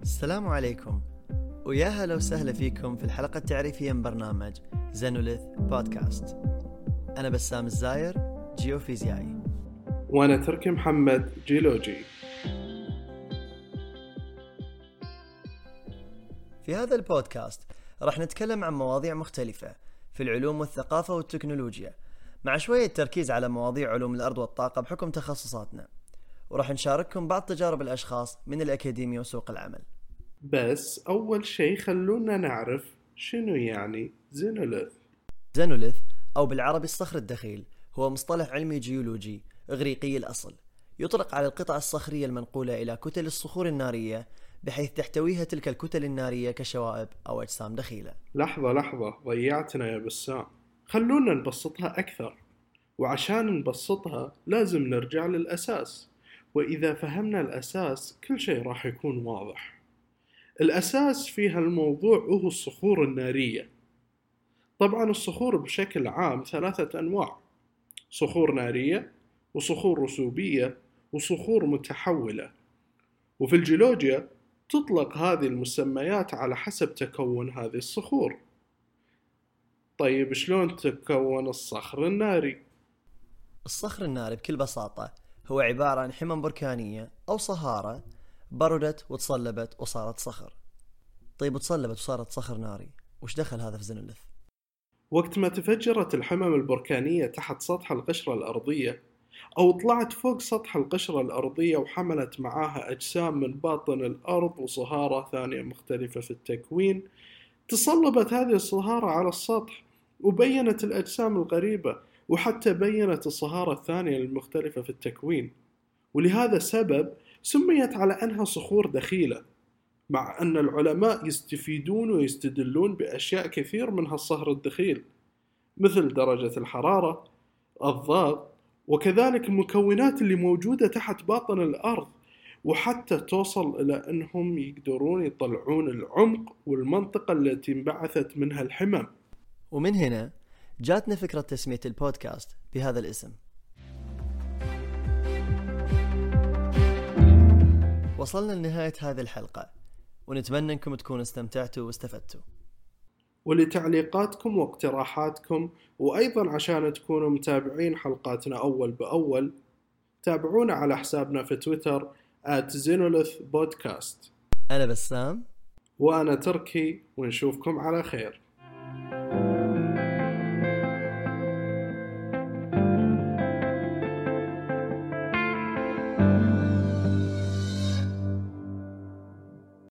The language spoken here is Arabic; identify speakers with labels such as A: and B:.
A: السلام عليكم، ويا هلا وسهلا فيكم في الحلقة التعريفية من برنامج زينوليث بودكاست. أنا بسام الزاير، جيوفيزيائي.
B: وأنا تركي محمد، جيولوجي.
A: في هذا البودكاست راح نتكلم عن مواضيع مختلفة في العلوم والثقافة والتكنولوجيا، مع شوية تركيز على مواضيع علوم الأرض والطاقة بحكم تخصصاتنا، وراح نشارككم بعض تجارب الأشخاص من الأكاديمية وسوق العمل.
B: بس أول شيء خلونا نعرف شنو يعني زينوليث.
A: زينوليث أو بالعربي الصخر الدخيل هو مصطلح علمي جيولوجي إغريقي الأصل، يطلق على القطع الصخرية المنقولة إلى كتل الصخور النارية بحيث تحتويها تلك الكتل النارية كشوائب أو أجسام دخيلة.
B: لحظة ضيعتنا يا بسام، خلونا نبسطها أكثر، وعشان نبسطها لازم نرجع للأساس، وإذا فهمنا الأساس كل شيء راح يكون واضح. الأساس في هالموضوع هو الصخور النارية. طبعا الصخور بشكل عام 3 أنواع: صخور نارية، وصخور رسوبية، وصخور متحولة. وفي الجيولوجيا تطلق هذه المسميات على حسب تكون هذه الصخور. طيب شلون تكون الصخر الناري؟
A: الصخر الناري بكل بساطة هو عبارة عن حمم بركانية أو صهارة بردت وتصلبت وصارت صخر. طيب وتصلبت وصارت صخر ناري، وش دخل هذا في زينوليث؟
B: وقت ما تفجرت الحمم البركانية تحت سطح القشرة الأرضية، أو طلعت فوق سطح القشرة الأرضية وحملت معاها أجسام من باطن الأرض وصهارة ثانية مختلفة في التكوين، تصلبت هذه الصهارة على السطح وبينت الأجسام الغريبة، وحتى بينت الصهارة الثانية المختلفة في التكوين، ولهذا السبب سميت على أنها صخور دخيلة. مع أن العلماء يستفيدون ويستدلون بأشياء كثير من هالصهر الدخيل، مثل درجة الحرارة، الضغط، وكذلك المكونات اللي موجودة تحت باطن الأرض، وحتى توصل إلى أنهم يقدرون يطلعون العمق والمنطقة التي انبعثت منها الحمم.
A: ومن هنا جاتنا فكرة تسمية البودكاست بهذا الاسم. وصلنا لنهاية هذه الحلقة، ونتمنى أنكم تكونوا استمتعتوا واستفدتوا.
B: ولتعليقاتكم واقتراحاتكم، وأيضا عشان تكونوا متابعين حلقاتنا أول بأول، تابعونا على حسابنا في تويتر @zenolithpodcast.
A: أنا بسام،
B: وأنا تركي، ونشوفكم على خير.